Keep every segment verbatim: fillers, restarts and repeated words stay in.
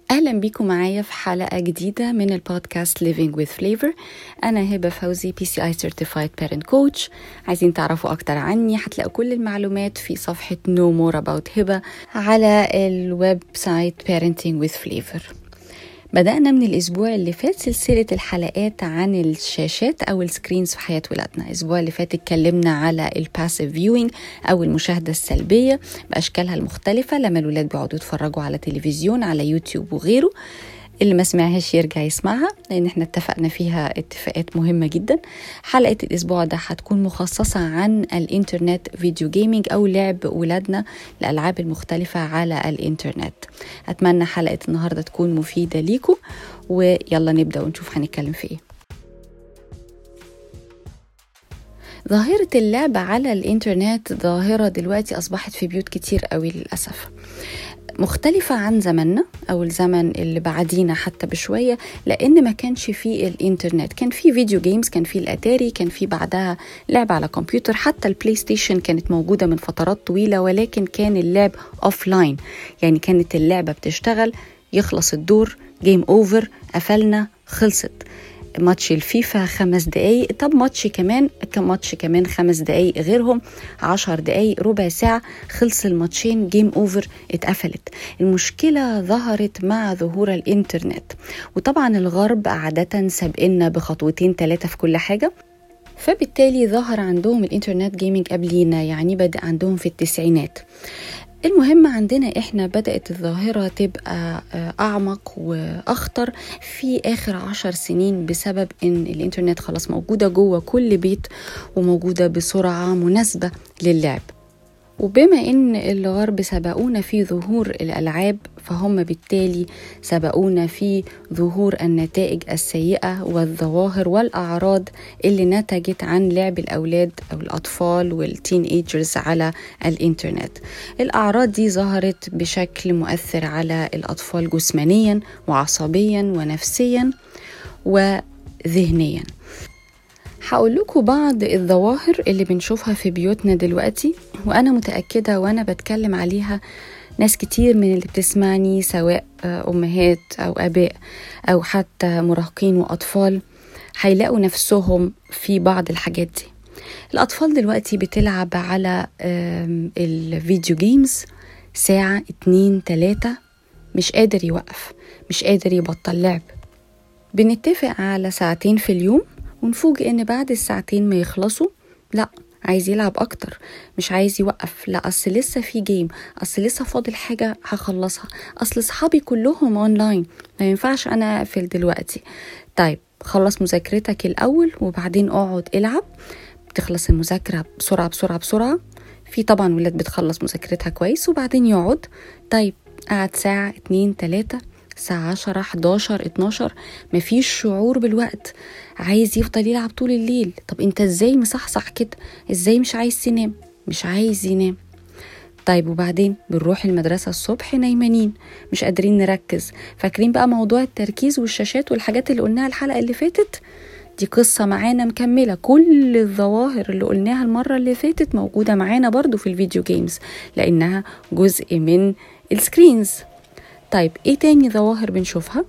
أهلا بيكم معايا في حلقة جديدة من البودكاست Living with Flavor. أنا هبة فوزي بي سي آي Certified Parent Coach. عايزين تعرفوا أكتر عني هتلاقوا كل المعلومات في صفحة No More About هبة على الويب سايت Parenting with Flavor. بدأنا من الأسبوع اللي فات سلسلة الحلقات عن الشاشات أو السكرينز في حياة ولادنا. الأسبوع اللي فات اتكلمنا على الباسيف فيوينج أو المشاهدة السلبية بأشكالها المختلفة لما الولاد بيقعدوا يتفرجوا على تلفزيون على يوتيوب وغيره. اللي ما سمعهاش يرجع يسمعها لأن احنا اتفقنا فيها اتفاقات مهمة جدا. حلقة الأسبوع ده هتكون مخصصة عن الإنترنت فيديو جيمينج أو لعب ولادنا الألعاب المختلفة على الإنترنت. أتمنى حلقة النهاردة تكون مفيدة ليكم، ويلا نبدأ ونشوف هنتكلم في ايه. ظاهرة اللعب على الإنترنت ظاهرة دلوقتي أصبحت في بيوت كتير قوي للأسف، مختلفة عن زمننا أو الزمن اللي بعدينا حتى بشوية، لأن ما كانش فيه الإنترنت، كان فيه فيديو جيمز، كان فيه الأتاري، كان فيه بعدها لعب على كمبيوتر، حتى البلاي ستيشن كانت موجودة من فترات طويلة، ولكن كان اللعب أوفلاين، يعني كانت اللعبة بتشتغل يخلص الدور جيم أوفر، قفلنا خلصت. ماتش الفيفا خمس دقايق، طب ماتش كمان كم ماتش كمان خمس دقايق غيرهم عشر دقايق ربع ساعة، خلص الماتشين جيم اوفر اتقفلت. المشكلة ظهرت مع ظهور الانترنت، وطبعا الغرب عادة سابقنا بخطوتين ثلاثة في كل حاجة، فبالتالي ظهر عندهم الانترنت جيمينج قبلينا، يعني بدأ عندهم في التسعينات. المهم عندنا احنا بدأت الظاهرة تبقى أعمق وأخطر في آخر عشر سنين بسبب إن الإنترنت خلاص موجودة جوه كل بيت وموجودة بسرعة مناسبة للعب. وبما إن الغرب سبقونا في ظهور الألعاب، فهم بالتالي سبقونا في ظهور النتائج السيئة والظواهر والأعراض اللي نتجت عن لعب الأولاد أو الأطفال والتين ايجرز على الإنترنت. الأعراض دي ظهرت بشكل مؤثر على الأطفال جسمانيا وعصبيا ونفسيا وذهنيا. هقول لكم بعض الظواهر اللي بنشوفها في بيوتنا دلوقتي، وأنا متأكدة وأنا بتكلم عليها ناس كتير من اللي بتسمعني سواء أمهات أو أباء أو حتى مراهقين وأطفال هيلاقوا نفسهم في بعض الحاجات دي. الأطفال دلوقتي بتلعب على الفيديو جيمز ساعة اتنين تلاتة، مش قادر يوقف، مش قادر يبطل لعب. بنتفق على ساعتين في اليوم ونفوجئ ان بعد الساعتين ما يخلصوا لا عايز يلعب اكتر، مش عايز يوقف، لا اصل لسه في جيم، اصل لسه فاضل حاجة هخلصها، اصل صحابي كلهم اونلاين ما ينفعش انا اقفل دلوقتي. طيب خلص مذاكرتك الاول وبعدين اقعد العب. بتخلص المذاكرة بسرعة بسرعة بسرعة، في طبعا ولاد بتخلص مذاكرتها كويس وبعدين يقعد، طيب قعد ساعة اتنين تلاتة، الساعة عشرة حداشر اتناشر، مفيش شعور بالوقت، عايز يفضل يلعب طول الليل. طب انت ازاي مصحصح كده؟ ازاي مش عايز تنام؟ مش عايز ينام. طيب وبعدين بنروح المدرسة الصبح نايمانين، مش قادرين نركز. فاكرين بقى موضوع التركيز والشاشات والحاجات اللي قلناها الحلقة اللي فاتت؟ دي قصة معانا مكملة، كل الظواهر اللي قلناها المرة اللي فاتت موجودة معانا برضو في الفيديو جيمز لأنها جزء من السكرينز. طيب ايه تاني ظواهر بنشوفها؟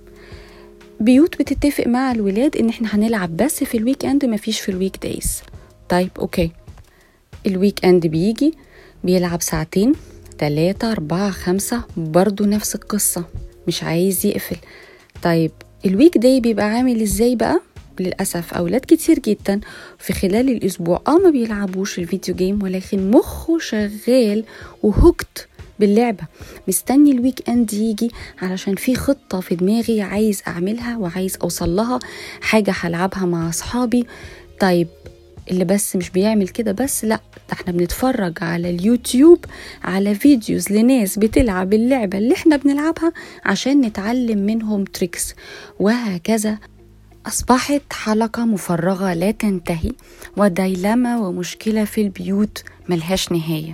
بيوت بتتفق مع الولاد ان احنا هنلعب بس في الويك اند، مفيش في الويك دايز. طيب اوكي، الويك اند بيجي بيلعب ساعتين تلاتة اربعة خمسة، برضو نفس القصة، مش عايز يقفل. طيب الويك داي بيبقى عامل ازاي بقى؟ للأسف أولاد كتير جدا في خلال الأسبوع آه ما بيلعبوش الفيديو جيم، ولكن مخه شغال وهكت باللعبة، مستني الويك اند يجي علشان في خطة في دماغي عايز أعملها وعايز أوصل لها، حاجة هلعبها مع أصحابي. طيب اللي بس مش بيعمل كده بس، لا ده احنا بنتفرج على اليوتيوب على فيديوز لناس بتلعب اللعبة اللي احنا بنلعبها عشان نتعلم منهم تريكس، وهكذا. أصبحت حلقة مفرغة لا تنتهي، وديلما ومشكلة في البيوت ملهاش نهاية.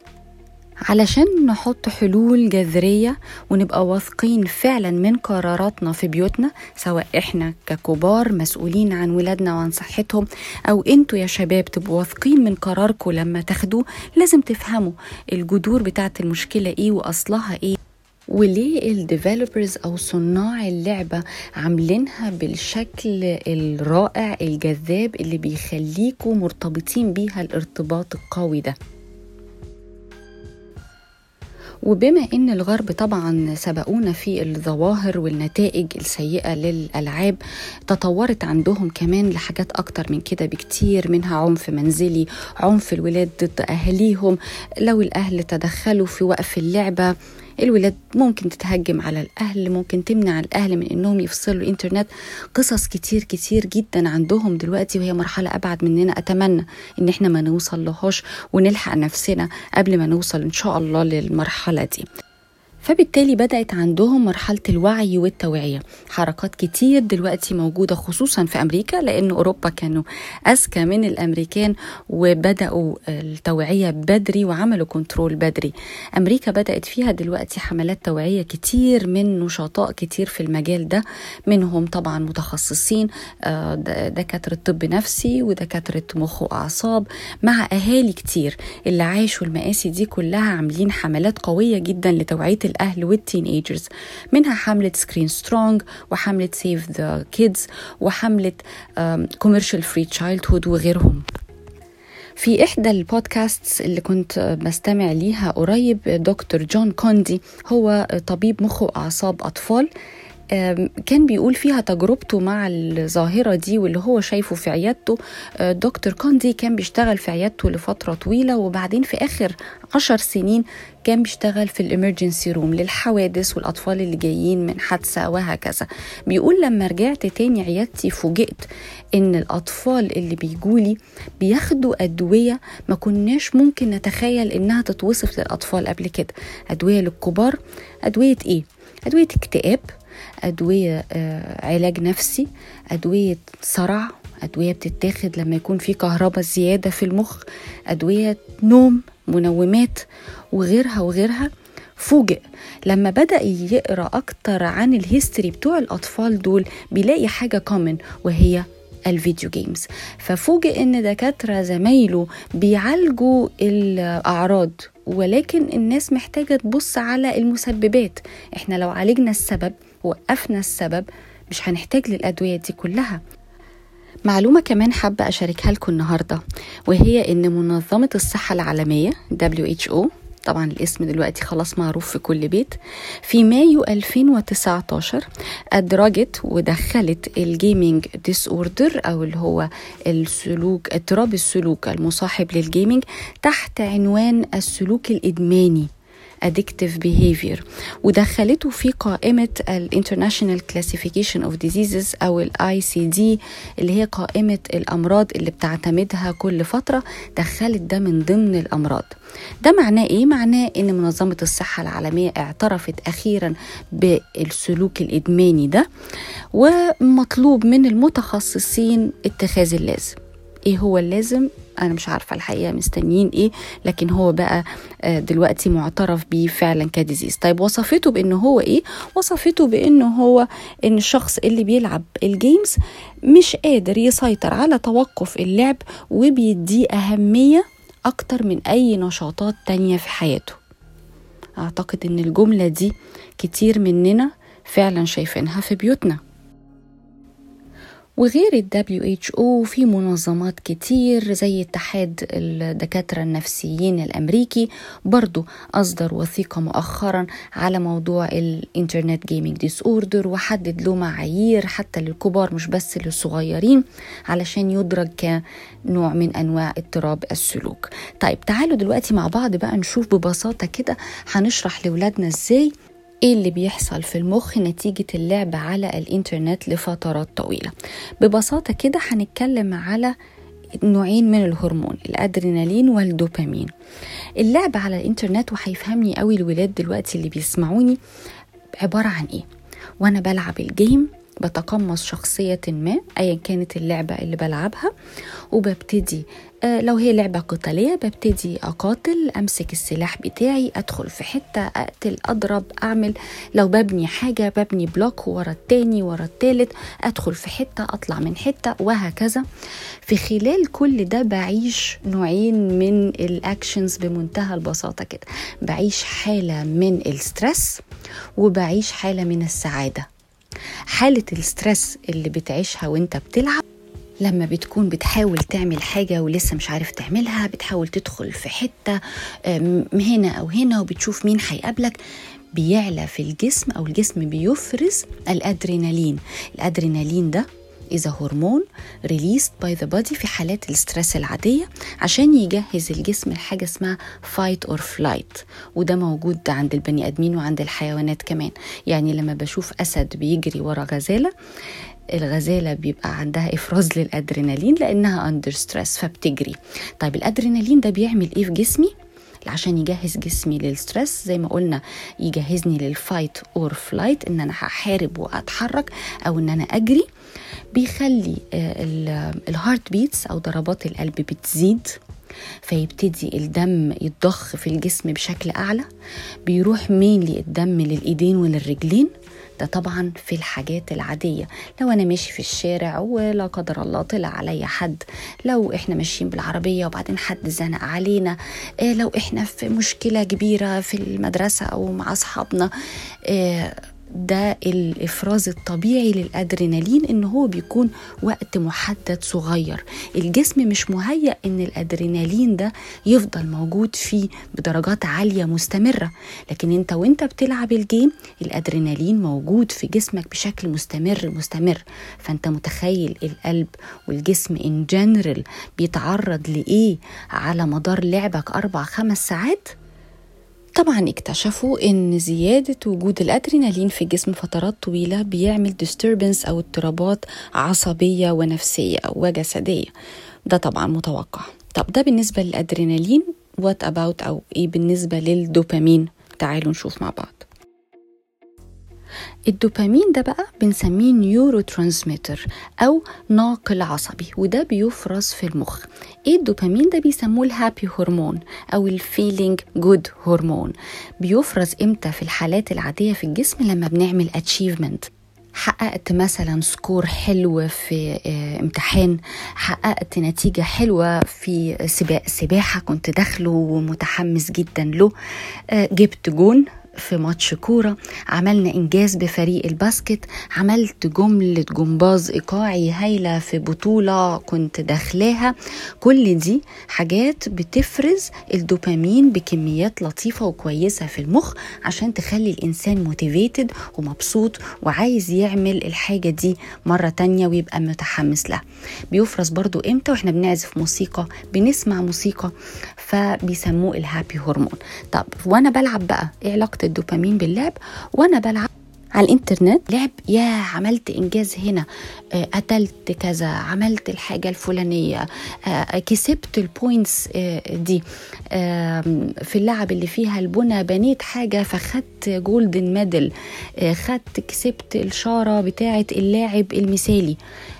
علشان نحط حلول جذرية ونبقى واثقين فعلا من قراراتنا في بيوتنا، سواء احنا ككبار مسؤولين عن ولادنا وعن صحتهم، او انتوا يا شباب تبقوا واثقين من قراركم لما تاخدوه، لازم تفهموا الجذور بتاعت المشكلة ايه واصلها ايه، وليه الديفلوبرز أو صناع اللعبة عاملينها بالشكل الرائع الجذاب اللي بيخليكوا مرتبطين بيها الارتباط القوي ده. وبما ان الغرب طبعا سبقونا في الظواهر والنتائج السيئة للألعاب، تطورت عندهم كمان لحاجات اكتر من كده بكتير، منها عنف منزلي، عنف الولاد ضد اهاليهم، لو الاهل تدخلوا في وقف اللعبة الولاد ممكن تتهجم على الأهل، ممكن تمنع الأهل من إنهم يفصلوا الإنترنت. قصص كتير كتير جدا عندهم دلوقتي، وهي مرحلة أبعد مننا. أتمنى إن إحنا ما نوصل لهاش ونلحق نفسنا قبل ما نوصل إن شاء الله للمرحلة دي. فبالتالي بدأت عندهم مرحلة الوعي والتوعية. حركات كتير دلوقتي موجودة خصوصا في أمريكا، لأن أوروبا كانوا أذكى من الأمريكان وبدأوا التوعية بدري وعملوا كنترول بدري. أمريكا بدأت فيها دلوقتي حملات توعية كتير من نشطاء كتير في المجال ده، منهم طبعا متخصصين دكاترة طب نفسي ودكاترة مخ وأعصاب، مع أهالي كتير اللي عاشوا المآسي دي كلها، عاملين حملات قوية جدا لتوعية الأهل والتينيجرز، منها حملة سكرين سترونج وحملة سيف ذا كيدز وحملة كوميرشال فري تشايلدهود وغيرهم. في إحدى البودكاستس اللي كنت بستمع ليها قريب، دكتور جون كوندي هو طبيب مخ وأعصاب أطفال، كان بيقول فيها تجربته مع الظاهرة دي واللي هو شايفه في عيادته. دكتور كوندي كان بيشتغل في عيادته لفترة طويلة، وبعدين في آخر عشر سنين كان بيشتغل في الامرجنسي روم للحوادث والأطفال اللي جايين من حادثة وهكذا. بيقول لما رجعت تاني عيادتي فوجئت إن الأطفال اللي بيجولي بياخدوا أدوية ما كناش ممكن نتخيل إنها تتوصف للأطفال قبل كده. أدوية للكبار، أدوية إيه؟ أدوية اكتئاب، أدوية آه علاج نفسي، أدوية صرع، أدوية بتتاخد لما يكون في كهرباء زيادة في المخ، أدوية نوم، منومات وغيرها وغيرها. فوجئ لما بدأ يقرأ أكتر عن الهيستوري بتوع الأطفال دول بيلاقي حاجة كومن، وهي الفيديو جيمز. ففوجئ إن دكاترة زمايله بيعالجوا الأعراض، ولكن الناس محتاجة تبص على المسببات. إحنا لو عالجنا السبب وقفنا السبب مش هنحتاج للأدوية دي كلها. معلومة كمان حابة أشاركها لكم النهاردة، وهي إن منظمة الصحة العالمية دبليو إتش أو، طبعا الاسم دلوقتي خلاص معروف في كل بيت، في مايو ألفين وتسعة عشر أدرجت ودخلت الجيمينج ديس اوردر، أو اللي هو السلوك اضطراب السلوك المصاحب للجيمينج، تحت عنوان السلوك الإدماني addictive behavior، ودخلته في قائمة ال International Classification of Diseases أو ال آي سي دي، اللي هي قائمة الأمراض اللي بتعتمدها كل فترة. دخلت ده من ضمن الأمراض. ده معناه إيه؟ معناه إن منظمة الصحة العالمية اعترفت أخيرا بالسلوك الإدماني ده، ومطلوب من المتخصصين اتخاذ اللازم. إيه هو اللازم؟ أنا مش عارفة الحقيقة مستنيين إيه، لكن هو بقى دلوقتي معترف بيه فعلا كديزيز. طيب وصفته بأنه هو إيه؟ وصفته بأنه هو إن الشخص اللي بيلعب الجيمز مش قادر يسيطر على توقف اللعب، وبيديه أهمية أكتر من أي نشاطات تانية في حياته. أعتقد إن الجملة دي كتير مننا فعلا شايفينها في بيوتنا. وغير ال دبليو إتش أو في منظمات كتير زي اتحاد الدكاترة النفسيين الأمريكي، برضو أصدر وثيقة مؤخرا على موضوع الانترنت جيمينج ديس اوردر، وحدد له معايير حتى للكبار مش بس للصغيرين علشان يدرج كنوع من أنواع اضطراب السلوك. طيب تعالوا دلوقتي مع بعض بقى نشوف ببساطة كده هنشرح لولادنا ازاي ايه اللي بيحصل في المخ نتيجة اللعب على الانترنت لفترات طويلة. ببساطة كده هنتكلم على نوعين من الهرمون، الادرينالين والدوبامين. اللعب على الانترنت، وهيفهمني قوي الولاد دلوقتي اللي بيسمعوني، عبارة عن ايه؟ وانا بلعب الجيم بتقمص شخصية ما أيا كانت اللعبة اللي بلعبها، وببتدي آه لو هي لعبة قتالية ببتدي أقاتل، أمسك السلاح بتاعي، أدخل في حتة، أقتل، أضرب، أعمل. لو ببني حاجة ببني بلوك ورا التاني ورا التالت، أدخل في حتة أطلع من حتة، وهكذا. في خلال كل ده بعيش نوعين من الأكشنز بمنتهى البساطة كده، بعيش حالة من السترس وبعيش حالة من السعادة. حالة السترس اللي بتعيشها وانت بتلعب لما بتكون بتحاول تعمل حاجة ولسه مش عارف تعملها، بتحاول تدخل في حتة هنا أو هنا وبتشوف مين هيقابلك، بيعلى في الجسم أو الجسم بيفرز الأدرينالين. الأدرينالين ده إذا هرمون released by the body في حالات السترس العادية عشان يجهز الجسم لحاجة اسمها fight or flight، وده موجود عند البني آدمين وعند الحيوانات كمان. يعني لما بشوف أسد بيجري ورا غزالة، الغزالة بيبقى عندها إفراز للأدرينالين لأنها under stress فبتجري. طيب الأدرينالين ده بيعمل إيه في جسمي؟ عشان يجهز جسمي للسترس زي ما قلنا، يجهزني للفايت اور فلايت، ان انا هحارب واتحرك او ان انا اجري. بيخلي الهارت بيتس او ضربات القلب بتزيد، فيبتدي الدم يتضخ في الجسم بشكل اعلى، بيروح مينلي الدم للايدين وللرجلين. ده طبعا في الحاجات العادية، لو أنا ماشي في الشارع ولا قدر الله طلع علي حد، لو إحنا ماشيين بالعربية وبعدين حد زنق علينا، إيه لو إحنا في مشكلة كبيرة في المدرسة أو مع أصحابنا، إيه ده الإفراز الطبيعي للأدرينالين، إنه هو بيكون وقت محدد صغير. الجسم مش مهيأ إن الأدرينالين ده يفضل موجود فيه بدرجات عالية مستمرة، لكن انت وانت بتلعب الجيم الأدرينالين موجود في جسمك بشكل مستمر مستمر. فانت متخيل القلب والجسم إن جنرال بيتعرض لإيه على مدار لعبك أربع خمس ساعات. طبعا اكتشفوا ان زيادة وجود الادرينالين في الجسم فترات طويلة بيعمل disturbance او اضطرابات عصبية ونفسية وجسدية. ده طبعا متوقع. طب ده بالنسبة للادرينالين. what about او ايه بالنسبة للدوبامين؟ تعالوا نشوف مع بعض. الدوبامين ده بقى بنسميه نيورو ترانسميتر أو ناقل عصبي، وده بيفرز في المخ. ايه الدوبامين ده؟ بيسموه الهابي هرمون أو الفيلينج جود هرمون. بيفرز امتى؟ في الحالات العادية في الجسم لما بنعمل اتشيفمنت، حققت مثلا سكور حلو في امتحان، حققت نتيجة حلوة في سباق سباحة كنت داخله ومتحمس جدا له، جبت جون في ماتش كورة، عملنا إنجاز بفريق الباسكت، عملت جملة جمباز إيقاعي هايلة في بطولة كنت داخلاها. كل دي حاجات بتفرز الدوبامين بكميات لطيفة وكويسة في المخ عشان تخلي الإنسان موتيفيتد ومبسوط وعايز يعمل الحاجة دي مرة تانية ويبقى متحمس لها. بيفرز برضو إمتى؟ وإحنا بنعزف موسيقى، بنسمع موسيقى، فبيسموه الهابي هرمون. طب وأنا بلعب بقى إيه علاقة الدوبامين باللعب؟ وانا بلعب على الانترنت لعب، يا عملت انجاز هنا، آه، قتلت كذا، عملت الحاجة الفلانية، آه، كسبت البوينتس آه، دي، آه، في اللعب اللي فيها البنى بنيت حاجة فخدت جولدن ميدل، آه، خدت كسبت الشارة بتاعة اللاعب المثالي.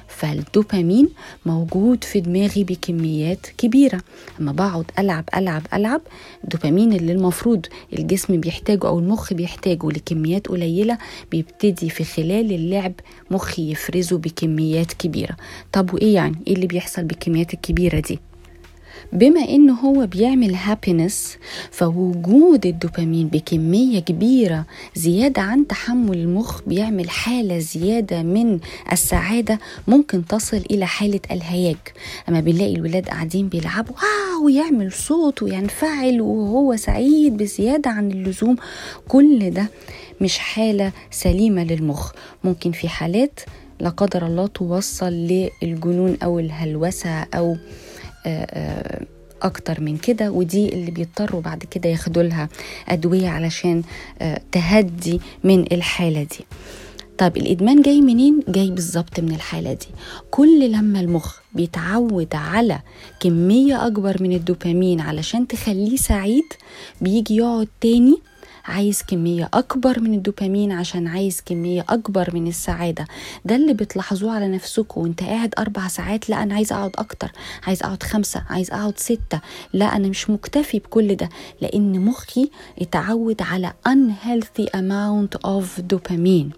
فالدوبامين موجود في دماغي بكميات كبيرة. اما بقعد ألعب ألعب ألعب الدوبامين اللي المفروض الجسم بيحتاجه أو المخ بيحتاجه لكميات قليلة، بيبتدي في خلال اللعب مخي يفرزه بكميات كبيرة. طب وإيه يعني؟ إيه اللي بيحصل بالكميات الكبيرة دي؟ بما إنه هو بيعمل هابينس، فوجود الدوبامين بكمية كبيرة زيادة عن تحمل المخ بيعمل حالة زيادة من السعادة ممكن تصل إلى حالة الهياج. أما بنلاقي الولاد قاعدين بيلعبوا واو يعمل صوت وينفعل وهو سعيد بزيادة عن اللزوم، كل ده مش حالة سليمة للمخ. ممكن في حالات لا قدر الله توصل للجنون أو الهلوسة أو أكتر من كده، ودي اللي بيضطروا بعد كده ياخدوا لها أدوية علشان تهدي من الحالة دي. طب الإدمان جاي منين؟ جاي بالظبط من الحالة دي. كل لما المخ بيتعود على كمية أكبر من الدوبامين علشان تخليه سعيد، بيجي يقعد تاني عايز كمية أكبر من الدوبامين عشان عايز كمية أكبر من السعادة. ده اللي بتلاحظوه على نفسكم وانت قاعد أربع ساعات، لا أنا عايز أقعد أكتر، عايز أقعد خمسة، عايز أقعد ستة، لا أنا مش مكتفي بكل ده، لأن مخي اتعود على unhealthy amount of dopamine.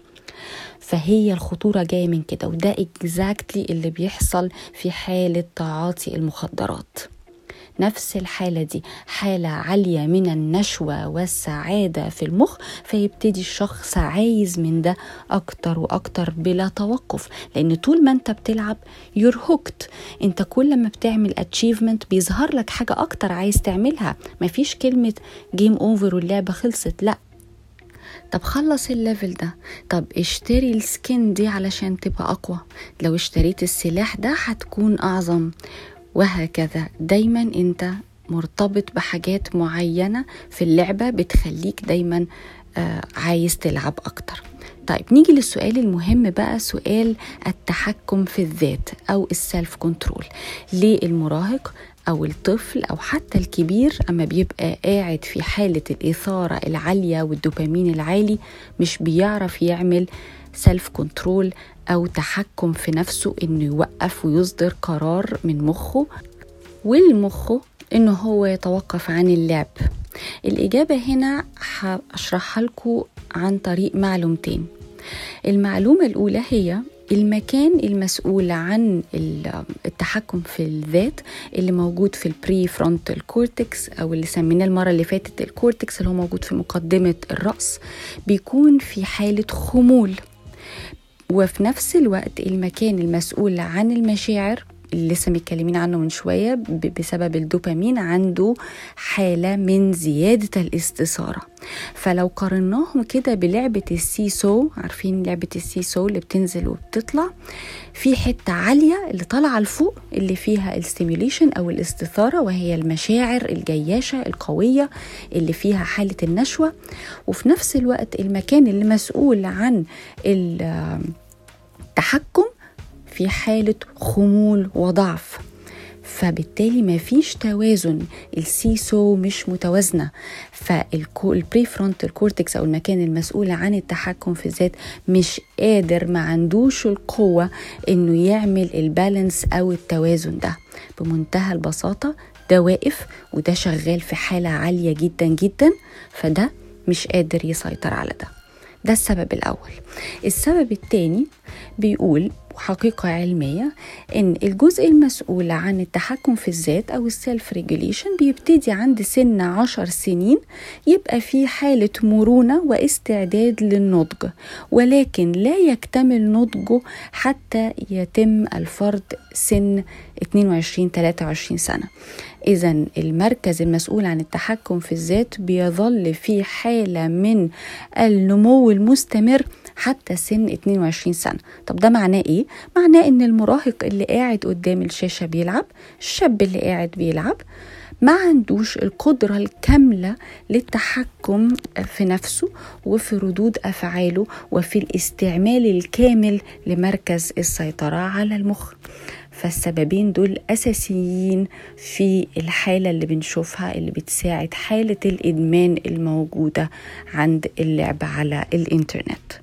فهي الخطورة جاية من كده، وده exactly اللي بيحصل في حالة تعاطي المخدرات. نفس الحالة دي حالة عالية من النشوة والسعادة في المخ، فيبتدي الشخص عايز من ده أكتر وأكتر بلا توقف، لأن طول ما أنت بتلعب you're hooked. أنت كل ما بتعمل achievement بيظهر لك حاجة أكتر عايز تعملها. مفيش كلمة game over واللعبة خلصت، لأ. طب خلص الليفل ده، طب اشتري السكين دي علشان تبقى أقوى، لو اشتريت السلاح ده هتكون أعظم، وهكذا. دايما انت مرتبط بحاجات معينة في اللعبة بتخليك دايما آه عايز تلعب أكتر. طيب نيجي للسؤال المهم بقى، سؤال التحكم في الذات أو السلف كنترول. ليه المراهق أو الطفل أو حتى الكبير أما بيبقى قاعد في حالة الإثارة العالية والدوبامين العالي مش بيعرف يعمل سلف كنترول أو تحكم في نفسه، إنه يوقف ويصدر قرار من مخه والمخه إنه هو يتوقف عن اللعب؟ الإجابة هنا هشرحها لكم عن طريق معلومتين. المعلومة الأولى هي المكان المسؤول عن التحكم في الذات اللي موجود في البري فرونتال كورتكس، أو اللي سميناه المرة اللي فاتت الكورتكس، اللي هو موجود في مقدمة الرأس، بيكون في حالة خمول. وفي نفس الوقت المكان المسؤول عن المشاعر اللي لسه متكلمين عنه من شوية بسبب الدوبامين عنده حالة من زيادة الاستثارة. فلو قارناهم كده بلعبة السيسو، عارفين لعبة السيسو اللي بتنزل وبتطلع، في حتة عالية اللي طالعة لفوق اللي فيها الستيميوليشن أو الاستثارة، وهي المشاعر الجياشة القوية اللي فيها حالة النشوة. وفي نفس الوقت المكان اللي مسؤول عن التحكم في حالة خمول وضعف، فبالتالي ما فيش توازن، السيسو مش متوازنة. فالبريفرونتال كورتكس أو المكان المسؤول عن التحكم في الذات مش قادر، ما عندوش القوة إنه يعمل البالانس أو التوازن ده. بمنتهى البساطة ده واقف وده شغال في حالة عالية جدا جدا، فده مش قادر يسيطر على ده. ده السبب الأول. السبب الثاني بيقول حقيقة علمية إن الجزء المسؤول عن التحكم في الذات أو السيلف ريجوليشن بيبتدي عند سن عشر سنين، يبقى في حالة مرونة واستعداد للنضج، ولكن لا يكتمل نضجه حتى يتم الفرد سن اثنين وعشرين ثلاثة وعشرين سنة. إذن المركز المسؤول عن التحكم في الذات بيظل في حالة من النمو المستمر حتى سن اثنين وعشرين سنة. طب ده معناه إيه؟ معناه إن المراهق اللي قاعد قدام الشاشة بيلعب، الشاب اللي قاعد بيلعب، ما عندوش القدرة الكاملة للتحكم في نفسه وفي ردود أفعاله وفي الاستعمال الكامل لمركز السيطرة على المخ. فالسببين دول أساسيين في الحالة اللي بنشوفها اللي بتساعد حالة الإدمان الموجودة عند اللعب على الإنترنت.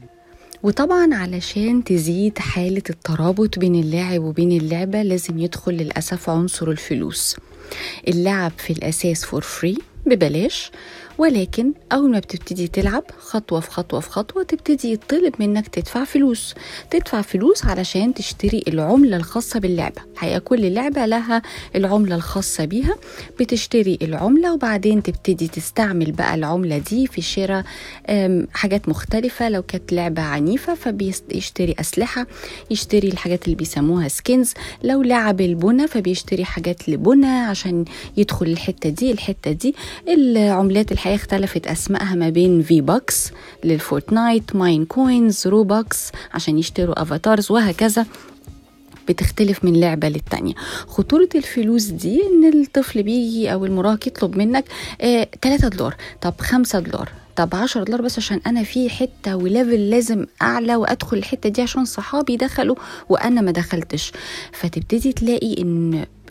وطبعا علشان تزيد حالة الترابط بين اللاعب وبين اللعبة لازم يدخل للأسف عنصر الفلوس. اللعب في الأساس فور فري ببلاش، ولكن أول ما بتبتدي تلعب خطوة في خطوة في خطوة تبتدي يطلب منك تدفع فلوس تدفع فلوس علشان تشتري العملة الخاصة باللعبة. حقيقة كل لعبة لها العملة الخاصة بيها، بتشتري العملة وبعدين تبتدي تستعمل بقى العملة دي في شراء حاجات مختلفة. لو كانت لعبة عنيفة فبيشتري أسلحة، يشتري الحاجات اللي بيسموها سكينز. لو لعب البنى فبيشتري حاجات لبنى عشان يدخل الحتة دي الحتة دي. العملات الحقيقة اختلفت أسمائها ما بين في باكس للفورتنايت، ماين كوينز، روباكس عشان يشتروا أفاتارز، وهكذا بتختلف من لعبة للتانية. خطورة الفلوس دي إن الطفل بيجي أو المراهق يطلب منك آه ثلاثة دولار، طب خمسة دولار، طب عشرة دولار بس عشان أنا في حتة وليفل لازم أعلى وأدخل الحتة دي عشان صحابي دخلوا وأنا ما دخلتش. فتبتدي تلاقي إن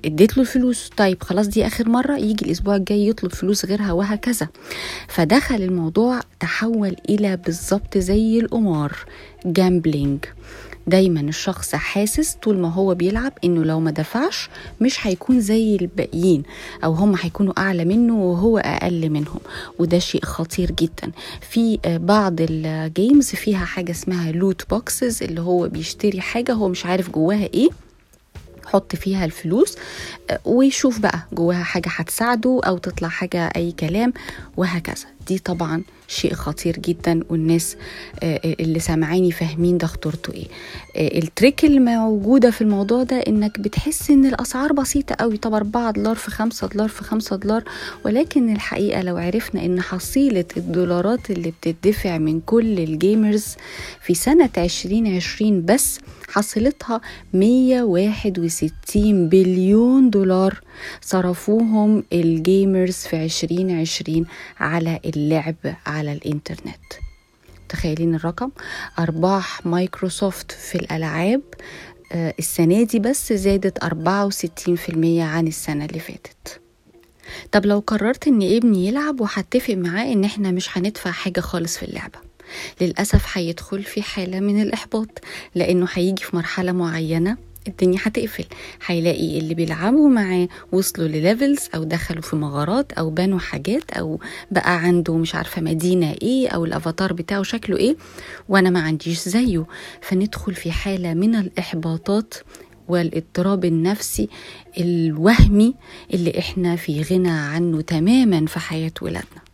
اديت له الفلوس، طيب خلاص دي اخر مرة، يجي الاسبوع الجاي يطلب فلوس غيرها وهكذا. فدخل الموضوع تحول الى بالظبط زي القمار، جامبلينج. دايما الشخص حاسس طول ما هو بيلعب انه لو ما دفعش مش هيكون زي الباقيين، او هم هيكونوا اعلى منه وهو اقل منهم، وده شيء خطير جدا. في بعض الجيمز فيها حاجة اسمها لوت بوكسز، اللي هو بيشتري حاجة هو مش عارف جواها ايه، حط فيها الفلوس ويشوف بقى جواها حاجة هتساعده أو تطلع حاجة أي كلام وهكذا. دي طبعا شيء خطير جدا، والناس اللي سامعيني فاهمين ده خطورته ايه. التريك الموجودة في الموضوع ده انك بتحس ان الاسعار بسيطة قوي، طبعا أربعة دولار في خمسة دولار في خمسة دولار، ولكن الحقيقة لو عرفنا ان حصيلة الدولارات اللي بتدفع من كل الجيمرز في سنة عشرين عشرين بس حصلتها مية وواحد وستين بليون دولار صرفوهم الجيمرز في عشرين عشرين على اللعب على الانترنت. تخيلين الرقم؟ أرباح مايكروسوفت في الألعاب السنة دي بس زادت أربعة وستين بالمية عن السنة اللي فاتت. طب لو قررت ان ابني يلعب وهتفق معاه ان احنا مش هندفع حاجة خالص في اللعبة، للأسف هيدخل في حالة من الإحباط، لأنه هيجي في مرحلة معينة الدنيا هتقفل، هيلاقي اللي بيلعبوا معاه وصلوا لليفلز أو دخلوا في مغارات أو بنوا حاجات أو بقى عنده مش عارفة مدينة إيه أو الأفاتار بتاعه شكله إيه وأنا ما عنديش زيه. فندخل في حالة من الإحباطات والاضطراب النفسي الوهمي اللي إحنا في غنى عنه تماما في حياة ولادنا.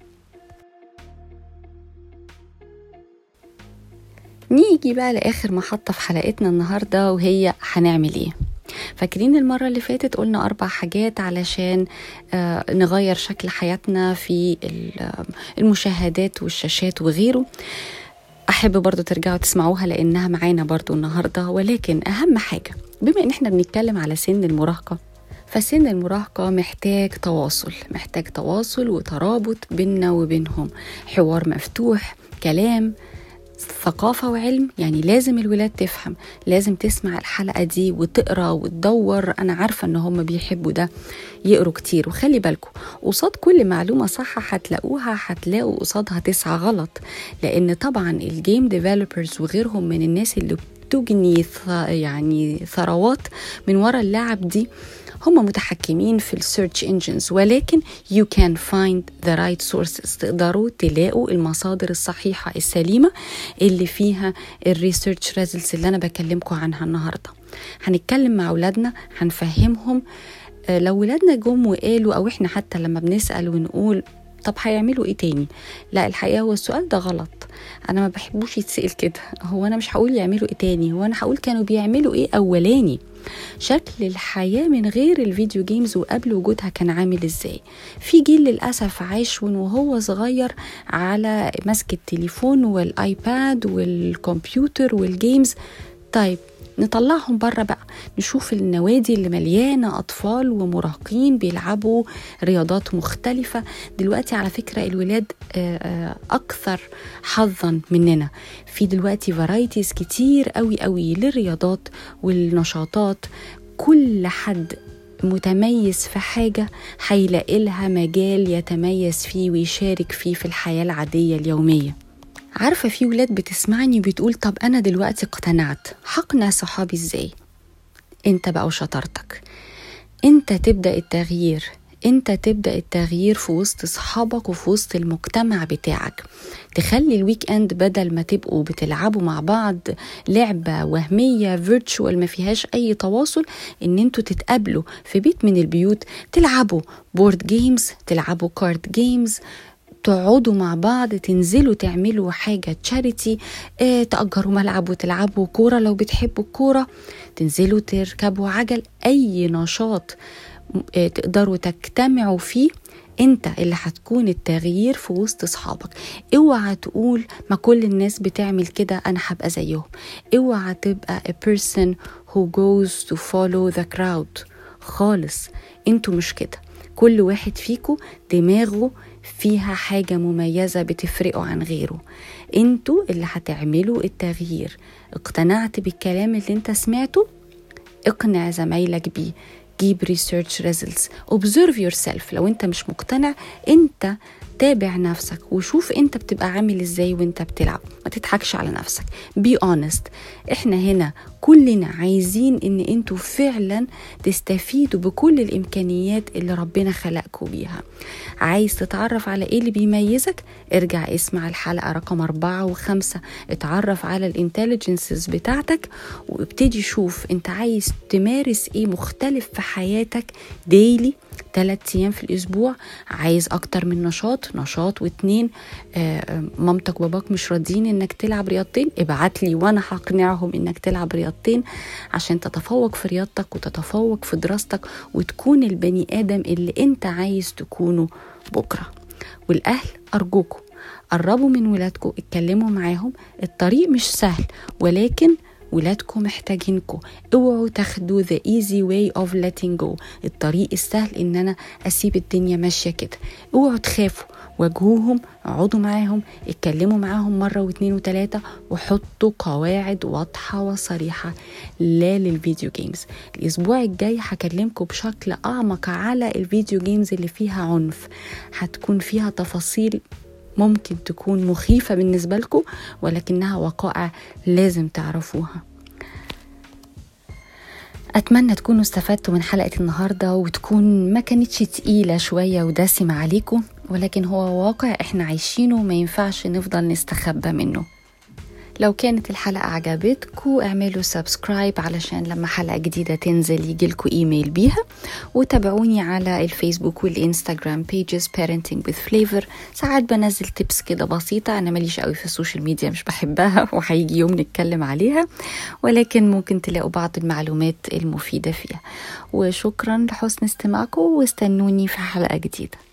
نيجي بقى لآخر محطة في حلقتنا النهاردة، وهي هنعمل ايه؟ فاكرين المرة اللي فاتت قلنا أربع حاجات علشان آه نغير شكل حياتنا في المشاهدات والشاشات وغيره. أحب برضو ترجعوا تسمعوها لأنها معانا برضو النهاردة. ولكن أهم حاجة، بما إن احنا بنتكلم على سن المراهقة، فسن المراهقة محتاج تواصل، محتاج تواصل وترابط بيننا وبينهم، حوار مفتوح، كلام، ثقافة وعلم. يعني لازم الولاد تفهم، لازم تسمع الحلقة دي وتقرأ وتدور. أنا عارفة أن هم بيحبوا ده، يقروا كتير. وخلي بالكم قصاد كل معلومة صح هتلاقوها هتلاقوا قصادها تسعة غلط، لأن طبعا الجيم ديفلوبرز وغيرهم من الناس اللي بتجني يعني ثروات من وراء اللعب دي هم متحكمين في السيرش انجنز، ولكن you can find the right sources. تقدروا تلاقوا المصادر الصحيحة السليمة اللي فيها الريسيرش ريزلتس اللي أنا بكلمكم عنها النهاردة. هنتكلم مع أولادنا، هنفهمهم. لو ولادنا جم وقالوا، أو إحنا حتى لما بنسأل ونقول طب هيعملوا إيه تاني، لا الحقيقة هو السؤال ده غلط. أنا ما بحبوش يتسأل كده. هو أنا مش هقول يعملوا إيه تاني، هو أنا هقول كانوا بيعملوا إيه أولاني. شكل الحياة من غير الفيديو جيمز وقبل وجودها كان عامل ازاي. في جيل للأسف عايش وهو صغير على مسك التليفون والآيباد والكمبيوتر والجيمز. طيب نطلعهم بره بقى، نشوف النوادي اللي مليانة أطفال ومراهقين بيلعبوا رياضات مختلفة. دلوقتي على فكرة الولاد أكثر حظا مننا، في دلوقتي فرايتيز كتير قوي قوي للرياضات والنشاطات. كل حد متميز في حاجة هيلاقي لها مجال يتميز فيه ويشارك فيه في الحياة العادية اليومية. عارفة في ولاد بتسمعني بتقول طب أنا دلوقتي اقتنعت، هقنع صحابي ازاي؟ انت بقى وشطارتك، انت تبدأ التغيير، انت تبدأ التغيير في وسط صحابك وفي وسط المجتمع بتاعك. تخلي الويك اند بدل ما تبقوا بتلعبوا مع بعض لعبة وهمية فيرتشوال ما فيهاش اي تواصل، ان انتوا تتقابلوا في بيت من البيوت، تلعبوا بورد جيمز، تلعبوا كارد جيمز، تقعدوا مع بعض، تنزلوا تعملوا حاجة تشاريتي، اه تأجروا ملعب وتلعبوا كورة لو بتحبوا الكورة، تنزلوا تركبوا عجل، أي نشاط اه تقدروا تجتمعوا فيه. انت اللي هتكون التغيير في وسط صحابك. اوعى تقول ما كل الناس بتعمل كده انا هبقى زيهم. اوعى تبقى a person who goes to follow the crowd خالص. انتوا مش كده. كل واحد فيكم دماغه فيها حاجة مميزة بتفرقوا عن غيره. انتوا اللي هتعملوا التغيير. اقتنعت بالكلام اللي انت سمعته، اقنع زمايلك بيه. جيب research results. observe yourself. لو انت مش مقتنع انت تابع نفسك وشوف انت بتبقى عامل ازاي وانت بتلعب، ما تضحكش على نفسك. be honest. احنا هنا كلنا عايزين ان انتوا فعلا تستفيدوا بكل الامكانيات اللي ربنا خلقكم بيها. عايز تتعرف على ايه اللي بيميزك؟ ارجع اسمع الحلقة رقم أربعة وخمسة، اتعرف على الانتليجنسز بتاعتك وابتدي شوف انت عايز تمارس ايه مختلف في حياتك ديلي، ثلاث ايام في الاسبوع. عايز اكتر من نشاط، نشاط واتنين. آه مامتك وباباك مش راضيين انك تلعب رياضتين، ابعت لي وانا هقنعهم انك تلعب رياضتين عشان تتفوق في رياضتك وتتفوق في دراستك وتكون البني ادم اللي انت عايز تكونه بكرة. والاهل ارجوكم قربوا من ولادكم، اتكلموا معاهم. الطريق مش سهل ولكن ولادكم محتاجينكم. اوعوا تاخدوا the easy way of letting go. الطريق السهل ان انا اسيب الدنيا ماشية كده. اوعوا تخافوا، واجهوهم، اقعدوا معاهم، اتكلموا معاهم مرة واثنين وثلاثة، وحطوا قواعد واضحة وصريحة لا للفيديو جيمز. الاسبوع الجاي هكلمكم بشكل اعمق على الفيديو جيمز اللي فيها عنف، هتكون فيها تفاصيل ممكن تكون مخيفة بالنسبة لكم ولكنها وقائع لازم تعرفوها. أتمنى تكونوا استفدتوا من حلقة النهاردة وتكون ما كانتش تقيلة شوية ودسمة عليكم، ولكن هو واقع احنا عايشينه ما ينفعش نفضل نستخبى منه. لو كانت الحلقة عجبتكم اعملوا سبسكرايب علشان لما حلقة جديدة تنزل يجيلكوا ايميل بيها، وتابعوني على الفيسبوك والإنستغرام pages parenting with flavor. ساعات بنزل تيبس كده بسيطة، أنا ماليش قوي في السوشيال ميديا مش بحبها وهيجي يوم نتكلم عليها، ولكن ممكن تلاقوا بعض المعلومات المفيدة فيها. وشكرا لحسن استماعكم واستنوني في حلقة جديدة.